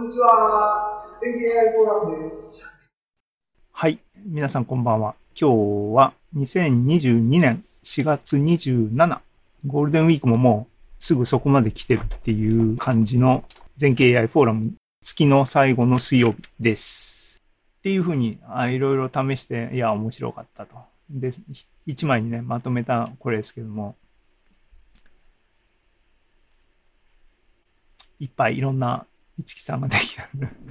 にちは。天気 AI フォーラムです。 はい。皆さんこんばんは。今日は2022年4月27。ゴールデンウィークももうすぐそこまで来てるっていう感じの全景 AI フォーラム月の最後の水曜日です。っていうふうにいろいろ試して、いや、面白かったと。で、一枚にね、まとめたこれですけども、いっぱいいろんな一木さんができた。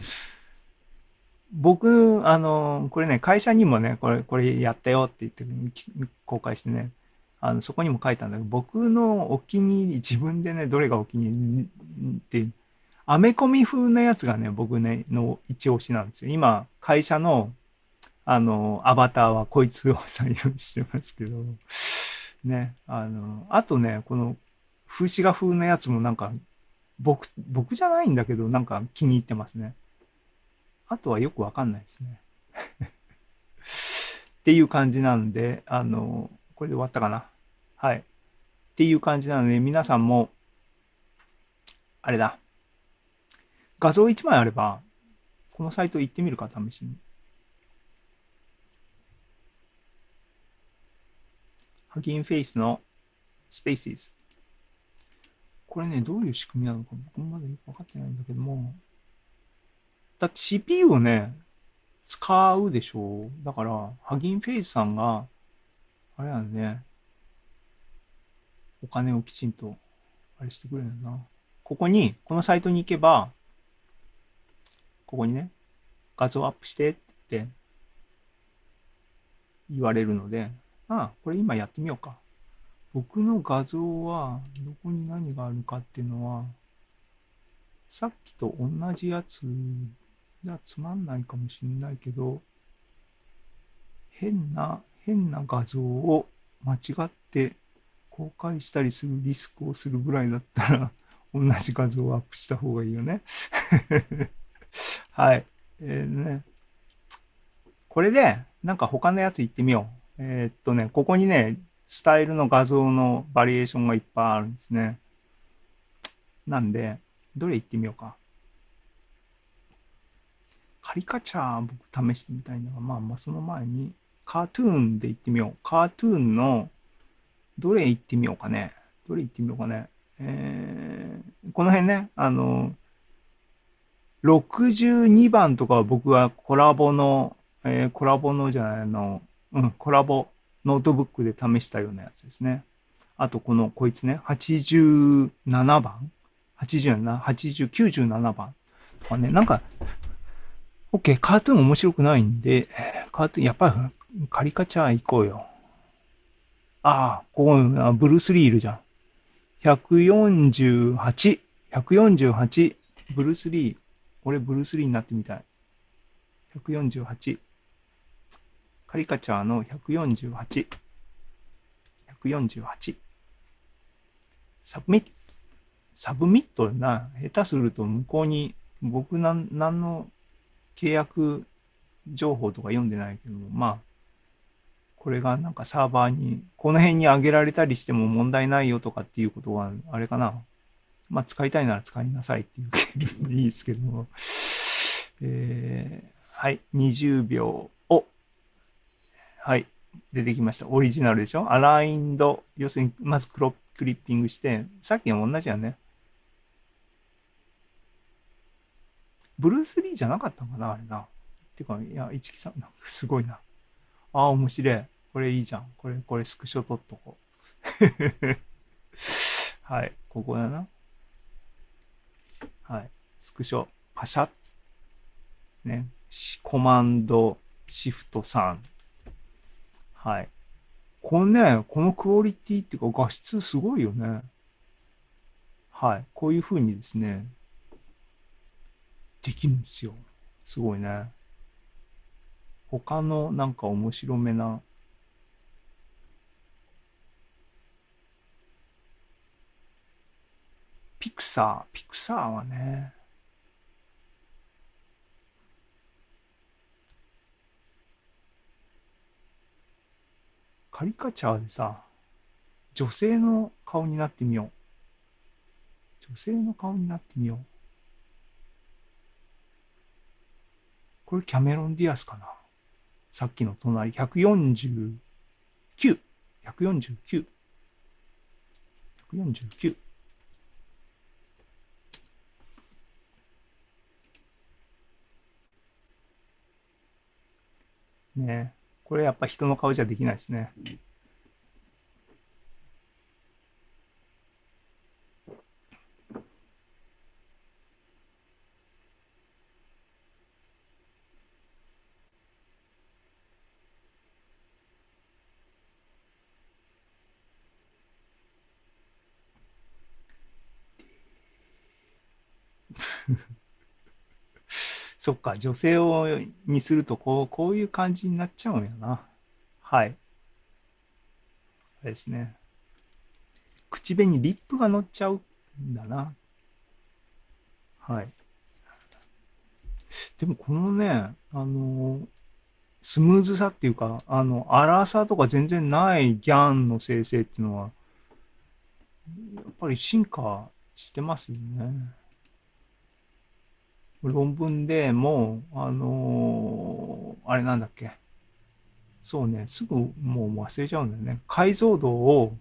僕、これね、会社にもね、これやったよって言って公開してね、そこにも書いたんだけど、僕のお気に入り、自分でね、どれがお気に入りって、アメコミ風なやつがね、僕ね、の一押しなんですよ。今、会社の、アバターはこいつを採用してますけど、ね、あとね、この、風刺画風なやつもなんか、僕じゃないんだけど、なんか気に入ってますね。あとはよくわかんないですね。っていう感じなんで、これで終わったかな。はい。っていう感じなので、皆さんも、あれだ、画像1枚あれば、このサイト行ってみるか、試しに。ハギンフェイスのスペーシス。これね、どういう仕組みなのか僕もまだよくわかってないんだけども、だって CPU をね、使うでしょう。だから、ハギンフェイスさんが、あれなんでね、お金をきちんと、あれしてくれるんだな。ここに、このサイトに行けば、ここにね、画像アップしてって言われるので、これ今やってみようか。僕の画像は、どこに何があるかっていうのは、さっきと同じやつじゃつまんないかもしんないけど、変な画像を間違って公開したりするリスクをするぐらいだったら、同じ画像をアップした方がいいよね。はい。ね、これで、なんか他のやつ行ってみよう。ここにね、スタイルの画像のバリエーションがいっぱいあるんですね。なんで、どれ行ってみようか。カリカチャー僕試してみたいんだが、まあその前に、カートゥーンで行ってみよう。カートゥーンの、どれ行ってみようかね。どれ行ってみようかね。この辺ね、62番とかは僕はコラボのじゃないの、コラボノートブックで試したようなやつですね。あとこいつね、87番 ?87、80、97番とかね、なんか、OK、カートゥーン面白くないんで、カートゥーン、やっぱりカリカチャー行こうよ。ここ、ブルース・リーいるじゃん。148、148、ブルース・リー。俺、ブルース・リーになってみたい。148。カリカチャーの148。148。サブミット。サブミットな。下手すると向こうに、僕なんの契約情報とか読んでないけども、これがなんかサーバーに、この辺に上げられたりしても問題ないよとかっていうことは、あれかな。使いたいなら使いなさいっていういいですけども。はい、20秒。はい、出てきました。オリジナルでしょ。アラインド。要するに、まずクリッピングして、さっきの同じやね。ブルース・リーじゃなかったのかな、あれな。てか、いや、一木さん、すごいな。面白い。これいいじゃん。これスクショ撮っとこう。はい、ここだな。はい、スクショ、パシャッ。ね。コマンド、シフト3。はい。このね、このクオリティっていうか画質すごいよね。はい。こういう風にですね、できるんですよ。すごいね。他のなんか面白めな、ピクサーはね、カリカチャーでさ、女性の顔になってみよう。女性の顔になってみよう。 これキャメロン・ディアスかな。さっきの隣、149。149。149。ね、これやっぱ人の顔じゃできないですね。そっか、女性にするとこういう感じになっちゃうんやな。はい。あれですね。口紅、リップが乗っちゃうんだな。はい。でもこのね、スムーズさっていうか、粗さとか全然ないギャンの生成っていうのは、やっぱり進化してますよね。論文でもあれなんだっけ。そうね、すぐもう忘れちゃうんだよね。解像度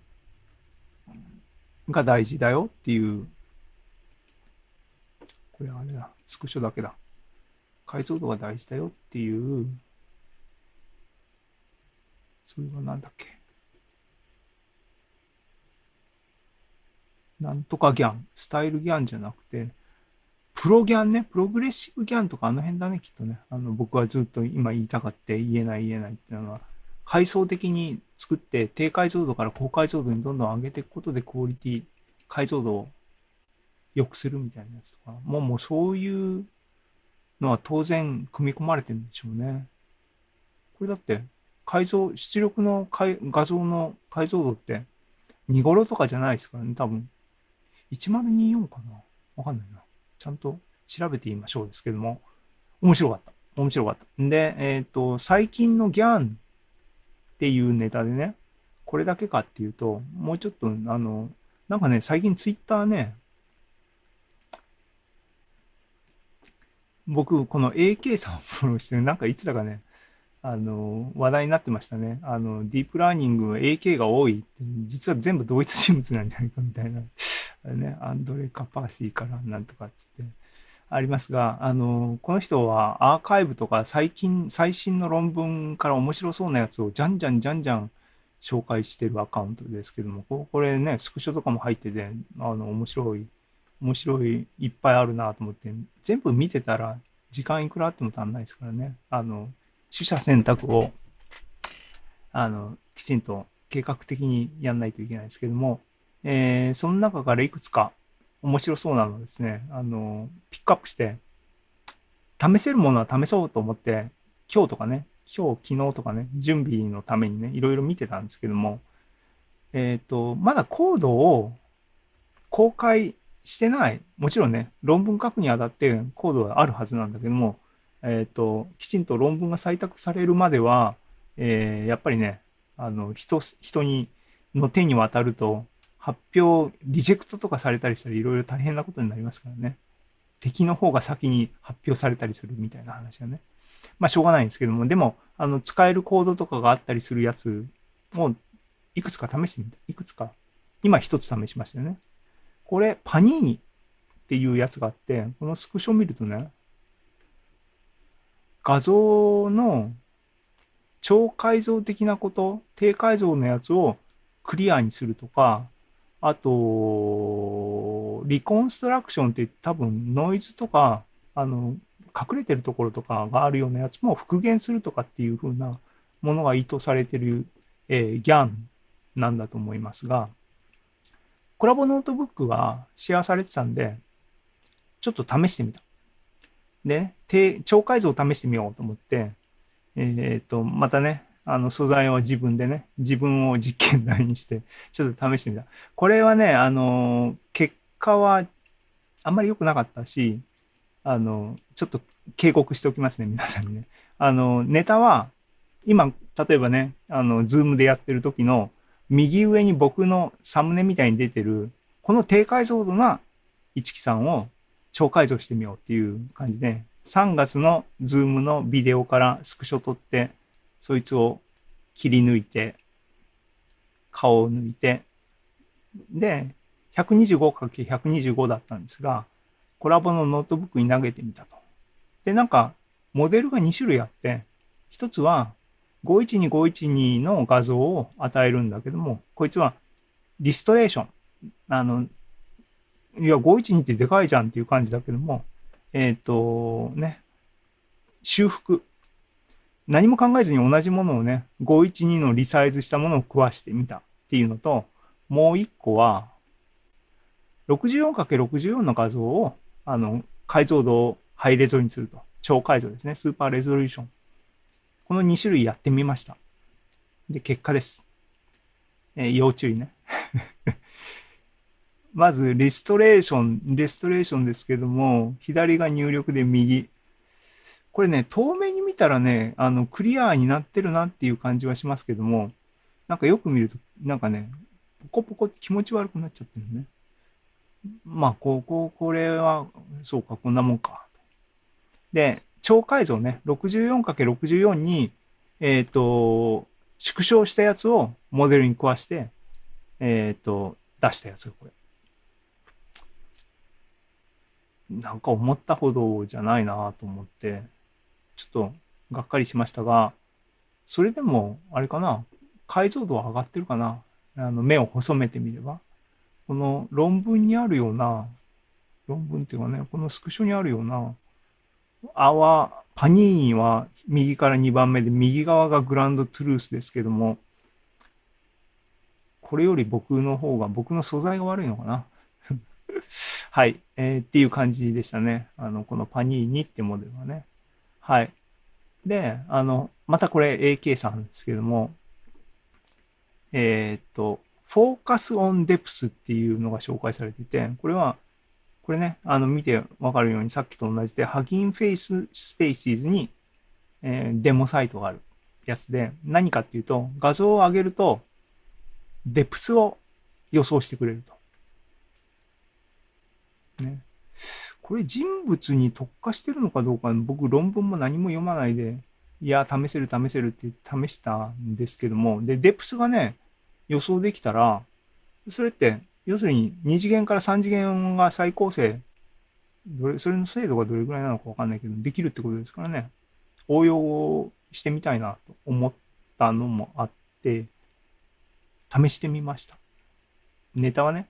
が大事だよっていう、これあれだ、スクショだけだ。解像度が大事だよっていう、それはなんだっけ。なんとかギャン、スタイルギャンじゃなくて、プロギャンね、プログレッシブギャンとかあの辺だね、きっとね。僕はずっと今言いたかって言えないっていうのは、階層的に作って低解像度から高解像度にどんどん上げていくことでクオリティ、解像度を良くするみたいなやつとか、もうそういうのは当然組み込まれてるんでしょうね。これだって、出力の画像の解像度って2頃とかじゃないですからね、多分。1024かな、わかんないな。ちゃんと調べてみましょうですけども、面白かった。面白かった。で、最近のギャンっていうネタでね、これだけかっていうと、もうちょっと、なんかね、最近ツイッターね、僕、この AK さんをフォローして、なんかいつだかね、話題になってましたね。ディープラーニングは AK が多いって、実は全部同一人物なんじゃないかみたいな、あれね、アンドレ・カパーシーからなんとかっつって、ありますが、この人はアーカイブとか最新の論文から面白そうなやつをじゃんじゃん紹介してるアカウントですけども、これね、スクショとかも入ってて、面白い、いっぱいあるなと思って、全部見てたら時間いくらあっても足んないですからね。取捨選択を、きちんと計画的にやんないといけないですけども、その中からいくつか面白そうなのですね、ピックアップして、試せるものは試そうと思って、今日とかね、昨日とかね、準備のためにね、いろいろ見てたんですけども、まだコードを公開してない、もちろんね、論文書くにあたってコードはあるはずなんだけども、きちんと論文が採択されるまでは、やっぱりね、人の手に渡ると、発表、リジェクトとかされたりしたらいろいろ大変なことになりますからね。敵の方が先に発表されたりするみたいな話がね。まあ、しょうがないんですけども、でも、使えるコードとかがあったりするやつをいくつか試してみた。いくつか。今一つ試しましたよね。これ、パニーニっていうやつがあって、このスクショ見るとね、画像の超解像的なこと、低解像のやつをクリアにするとか、あと、リコンストラクションって多分ノイズとか、隠れてるところとかがあるようなやつも復元するとかっていう風なものが意図されてる、ギャンなんだと思いますが、コラボノートブックがシェアされてたんで、ちょっと試してみた。で、超解像を試してみようと思って、またね、素材を自分でね、自分を実験台にして、ちょっと試してみた。これはね、結果はあんまり良くなかったし、ちょっと警告しておきますね、皆さんにね。ネタは、今、例えばね、ズームでやってる時の、右上に僕のサムネみたいに出てる、この低解像度な一木さんを超解像してみようっていう感じで、3月のズームのビデオからスクショ撮って、そいつを切り抜いて、顔を抜いて、で、125×125 だったんですが、コラボのノートブックに投げてみたと。で、なんか、モデルが2種類あって、一つは512512の画像を与えるんだけども、こいつはリストレーション。いや、512ってでかいじゃんっていう感じだけども、ね、修復。何も考えずに同じものをね、512のリサイズしたものを食わしてみたっていうのと、もう一個は、64×64 の画像を、解像度をハイレゾにすると。超解像ですね。スーパーレゾリューション。この2種類やってみました。で、結果です。要注意ね。まず、レストレーションですけども、左が入力で右。これね、遠目に見たらね、クリアになってるなっていう感じはしますけども、なんかよく見ると、なんかね、ポコポコって気持ち悪くなっちゃってるね。まあ、これは、そうか、こんなもんか。で、超解像ね、64×64 に、縮小したやつをモデルに食わして、出したやつがこれ。なんか思ったほどじゃないなと思って、ちょっとがっかりしましたが、それでも、あれかな、解像度は上がってるかな。目を細めてみれば。この論文にあるような、論文っていうかね、このスクショにあるような、パニーニは右から2番目で、右側がグランドトゥルースですけども、これより僕の素材が悪いのかな。はい、っていう感じでしたね。このパニーニってモデルはね。はい。で、またこれ AK さんですけども、フォーカスオンデプスっていうのが紹介されていて、これね、見てわかるようにさっきと同じで、ハギンフェイススペーシーズに、デモサイトがあるやつで、何かっていうと、画像を上げると、デプスを予想してくれると。ね。これ人物に特化してるのかどうか、僕論文も何も読まないで、いや、試せるって試したんですけども、で、デプスがね、予想できたら、それって、要するに2次元から3次元が再構成、それの精度がどれぐらいなのかわかんないけど、できるってことですからね、応用してみたいなと思ったのもあって、試してみました。ネタはね、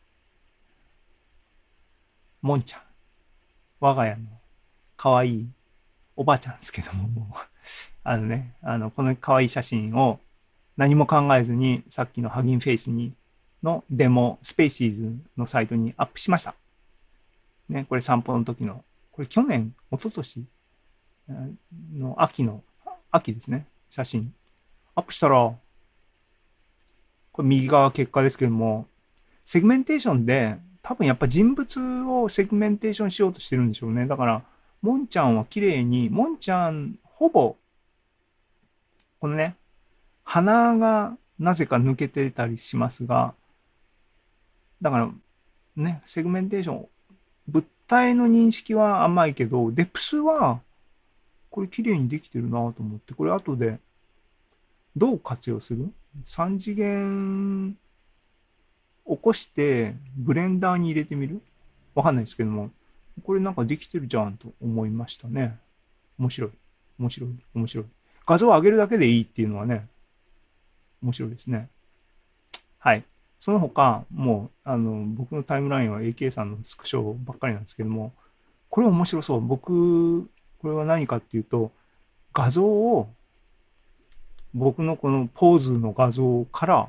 もんちゃん。我が家の可愛いおばあちゃんですけども、この可愛い写真を何も考えずに、さっきのハギンフェイスのデモ、スペーシーズのサイトにアップしました。ね、これ散歩の時の、これ去年、一昨年の秋ですね、写真。アップしたら、これ右側結果ですけども、セグメンテーションで、多分やっぱ人物をセグメンテーションしようとしてるんでしょうね。だから、もんちゃんは綺麗に、もんちゃん、ほぼ、このね、鼻がなぜか抜けてたりしますが、だからね、セグメンテーション、物体の認識は甘いけど、デプスは、これ綺麗にできてるなと思って、これ後でどう活用する？ 3 次元起こしてブレンダーに入れてみる？わかんないですけども、これなんかできてるじゃんと思いましたね。面白い。面白い。面白い。画像を上げるだけでいいっていうのはね、面白いですね。はい。その他、もう、僕のタイムラインは AK さんのスクショばっかりなんですけども、これ面白そう。これは何かっていうと、画像を、僕のこのポーズの画像から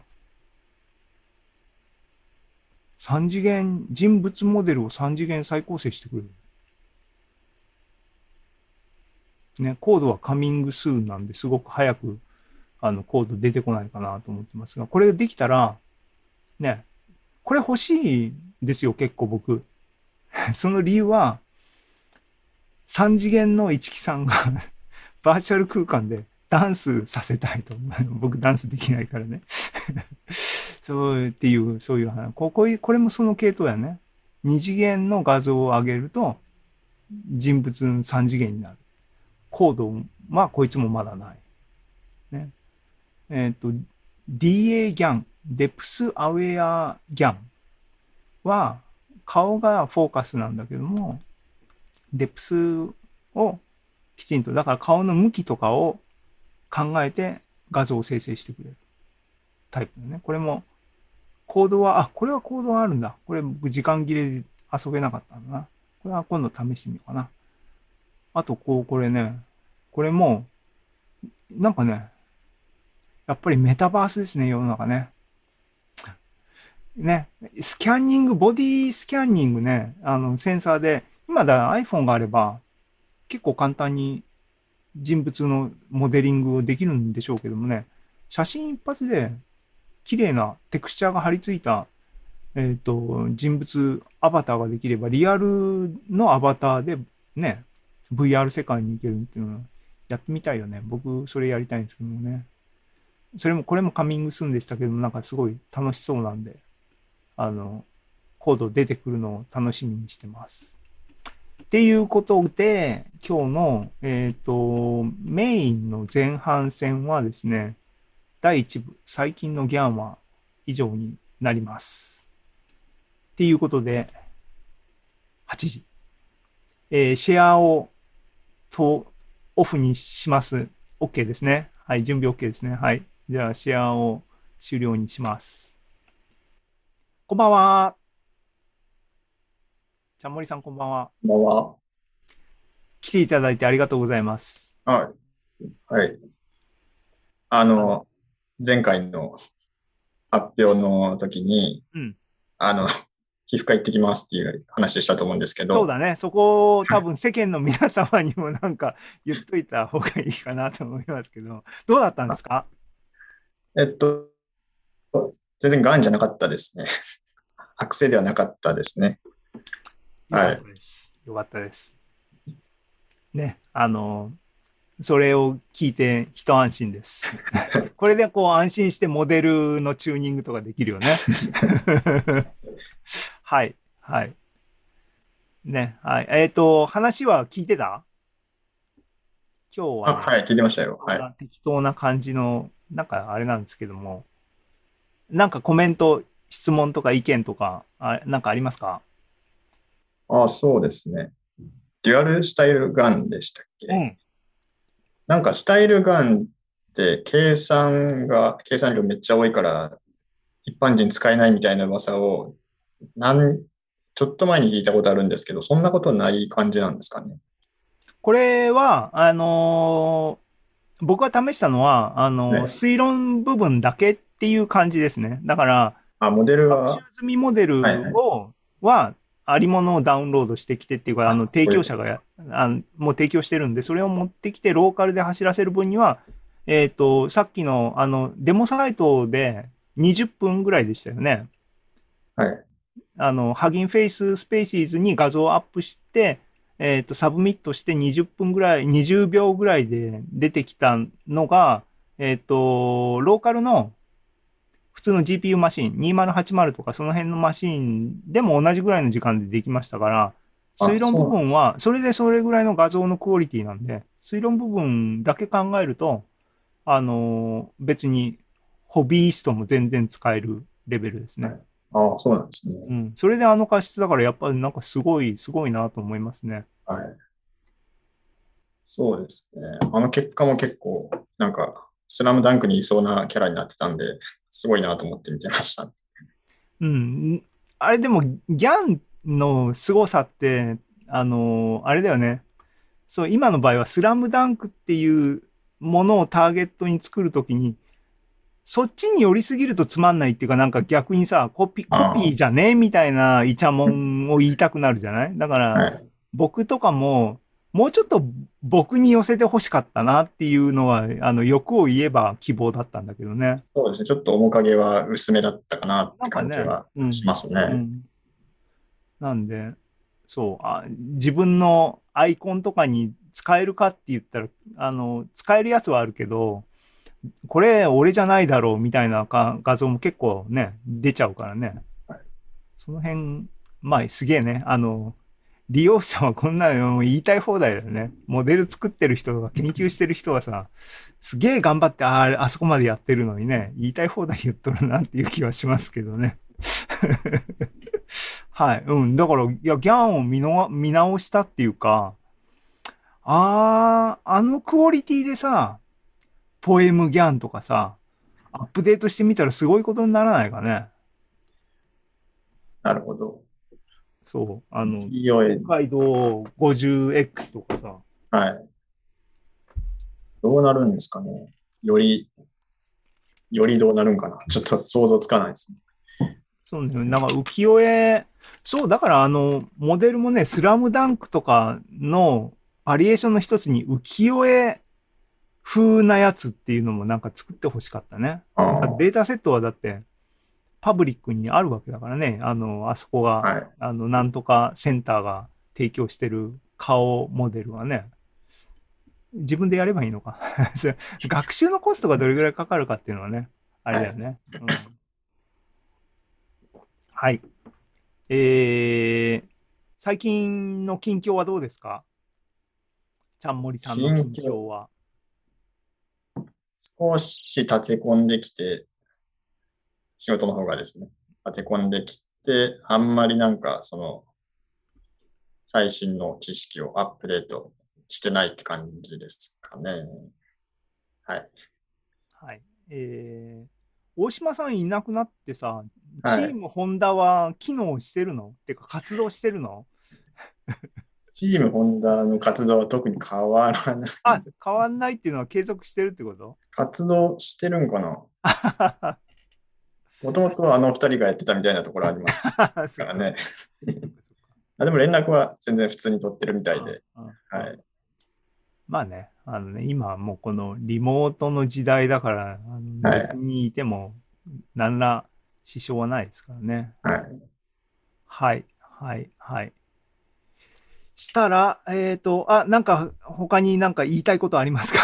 3次元、人物モデルを3次元再構成してくれる。ね、コードはカミングスーンなんですごく早くコード出てこないかなと思ってますが、これができたら、ね、これ欲しいですよ、結構僕。その理由は、3次元の一木さんがバーチャル空間でダンスさせたいと。僕ダンスできないからね。そういう話。これもその系統やね。 2次元の画像を上げると人物3次元になる。高度はこいつもまだない。ね。DA ギャン、デプスアウェアギャンは顔がフォーカスなんだけども、デプスをきちんと、だから顔の向きとかを考えて画像を生成してくれるタイプだね。これもコードは、これはコードがあるんだ。これ僕時間切れで遊べなかったんだな。これは今度試してみようかな。あと、これね、これも、なんかね、やっぱりメタバースですね、世の中ね。ね、スキャンニング、ボディスキャンニングね、センサーで、今だ iPhone があれば、結構簡単に人物のモデリングをできるんでしょうけどもね、写真一発で綺麗なテクスチャーが貼り付いた、人物アバターができれば、リアルのアバターでね、VR 世界に行けるっていうのはやってみたいよね。僕、それやりたいんですけどもね。これもカミングスーンでしたけども、なんかすごい楽しそうなんで、コード出てくるのを楽しみにしてます。っていうことで、今日の、メインの前半戦はですね、第1部、最近のギャンは以上になります。っていうことで、8時。シェアをオフにします。OK ですね。はい、準備 OK ですね。はい。じゃあ、シェアを終了にします。こんばんは。ちゃんもりさん、こんばんは。 こんばんは。 来ていただいてありがとうございます。 はい。 あの、 前回の発表の時に、 うん。 皮膚科行ってきますっていう話したと思うんですけど、 そうだね。そこを多分世間の皆様にもなんか言っといた方がいいかなと思いますけど、どうだったんですか？ えっと、全然癌じゃなかったですね。悪性ではなかったですね。 よかはい。 ったです。よかったです。ね。それを聞いて一安心です。これでこう安心してモデルのチューニングとかできるよね。はい。はい。ね。はい。話は聞いてた？今日はね、 はい、聞いてましたよ。 こんはい。 な適当な感じの、なんかあれなんですけども、なんかコメント、質問とか意見とか、なんかありますか？ そうですね。デュアルスタイルガンでしたっけ？ うん。 なんかスタイルガンって計算量めっちゃ多いから一般人使えないみたいな噂をちょっと前に聞いたことあるんですけど、そんなことない感じなんですかね。 これは、僕が試したのは、 ね。 推論部分だけっていう感じですね。だから、 モデル学習は、 済みモデはいはい。 ルは、ありものをダウンロードしてきてっていうか、提そういうこと。 供者がもう提供してるんで、それを持ってきて、ローカルで走らせる分には、さっきの、デモサイトで20分ぐらいでしたよね。 はい。 ハギンフェイススペーシーズに画像をアップして、サブミットして20分ぐらい、20秒ぐらいで出てきたのが、ローカルの普通の GPU マシン、2080とかその辺のマシンでも同じぐらいの時間でできましたから、推論部そうなんです。 分は、それでそれぐらいの画像のクオリティなんで、推論部分だけ考えると、別にホビーストも全然使えるレベルですね。 はい。そうなんですね。 うん。それであの画質だからやっぱりなんかすごいなと思いますね。 はい。そうですね。あの結果も結構、なんか、スラムダンクにいそうなキャラになってたんで、すごいなと思って見てました。 うん。あれでもギャンの凄さって、あれだよね。そう、今の場合はスラムダンクっていうものをターゲットに作るときに、そっちに寄りすぎるとつまんないっていうか、なんか逆にさ、コピーじゃねえみたいなイチャモンを言いたくなるじゃないだから、 はい。 僕とかも、もうちょっと僕に寄せて欲しかったなっていうのは、欲を言えば希望だったんだけどね。 そうですね。ちょっと面影は薄めだったかなってなんかね、 感じはしうん、 ますね。 うん。なんで、そう、自分のアイコンとかに使えるかって言ったら、使えるやつはあるけど、これ俺じゃないだろうみたいな画像も結構ね、出ちゃうからね。 はい。 その辺、 まあ、すげえね。利用者はこんなのもう言いたい放題だよね。モデル作ってる人とか研究してる人はさ、すげえ頑張って、あそこまでやってるのにね、言いたい放題言っとるなっていう気はしますけどね。はい。うん。だから、いや、ギャンを見直したっていうか、あのクオリティでさ、ポエムギャンとかさ、アップデートしてみたらすごいことにならないかね。 なるほど。 そう。 POA、 北海道 50X とかさ。 はい。どうなるんですかね。より、よりどうなるんかな。ちょっと想像つかないですね。 そうね。なんか浮世絵、そう、だからモデルもね、スラムダンクとかのバリエーションの一つに浮世絵風なやつっていうのもなんか作ってほしかったね。 あデータセットはだってパブリックにあるわけだからね。あそこが、 はい。 なんとかセンターが提供してる顔モデルはね、自分でやればいいのか。学習のコストがどれぐらいかかるかっていうのはね、あれはい。 だよね。うん、はい。えー、最近の近況はどうですか？ちゃんもりさんの近況近況、 は。 少し立て込んできて、仕事の方がですね、立て込んできて、あんまりなんか、最新の知識をアップデートしてないって感じですかね。はい。 はい。大島さんいなくなってさ、チはい。 ームホンダは機能してるのってか活動してるの？ チームホンダの活動は特に変わらないあ、 です。 変わんないっていうのは継続してるってこと？ 活動してるんかな。もともとあの二人がやってたみたいなところありますそっか。 からね。 そっかそっか。 あ、でも連絡は全然普通に取ってるみたいうんで。 うんうん。 はい。 まあね、今はもうこのリモートの時代だから、どこはい。 にいても何ら支障はないですからね。 はい。 はい、はい、はい。したら、なんか他になんか言いたいことありますか？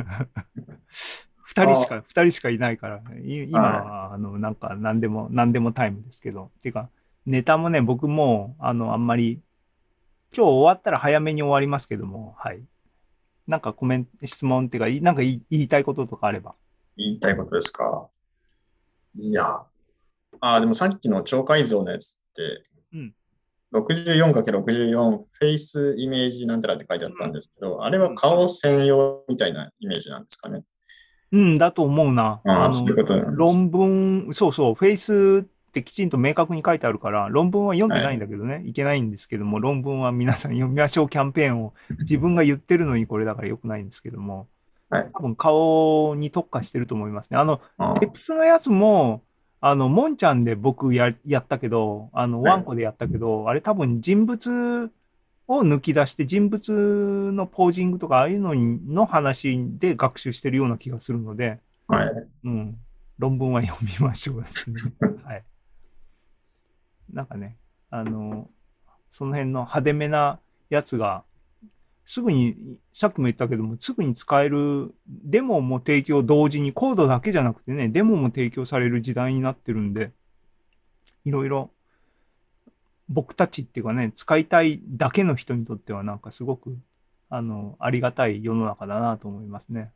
あ、 二人しかいないから、今はい。 は、なんか何でもタイムですけど。てか、ネタもね、僕も、あんまり、今日終わったら早めに終わりますけども、はい。なんか質問っていうか、なんか言いたいこととかあれば。 言いたいことですか。いや。でもさっきの超解像のやつって、 うん。 64×64 フェイスイメージなんたらって書いてあったんですけど、あれはうん。 顔専用みたいなイメージなんですかね。 うん、だと思うな。 そういうことなんです。 論文、そうそう、フェイスってきちんと明確に書いてあるから、論文は読んでないんはい。 だけどね、いけないんですけども、論文は皆さん読みましょうキャンペーンを自分が言ってるのにこれだから良くないんですけども、 はい。 多分顔に特化してると思いますね。エあプスのやつも、モンちゃんで僕やったけど、 はい。 ワンコでやったけど、あれ多分人物を抜き出して人物のポージングとかああいうの話で学習してるような気がするので、 はい。 うん。論文は読みましょうですね。はい。なんかね、あの、その辺の派手めなやつが、すぐに、さっきも言ったけども、すぐに使える、デモも提供同時に、コードだけじゃなくてね、デモも提供される時代になってるんで、いろいろ僕たちっていうかね、使いたいだけの人にとっては、なんかすごく、ありがたい世の中だなと思いますね。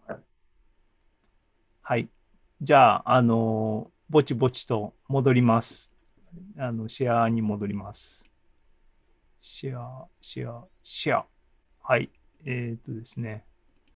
はい。じゃあ、ぼちぼちと戻ります。シェアに戻ります。シェア。はい。ですね。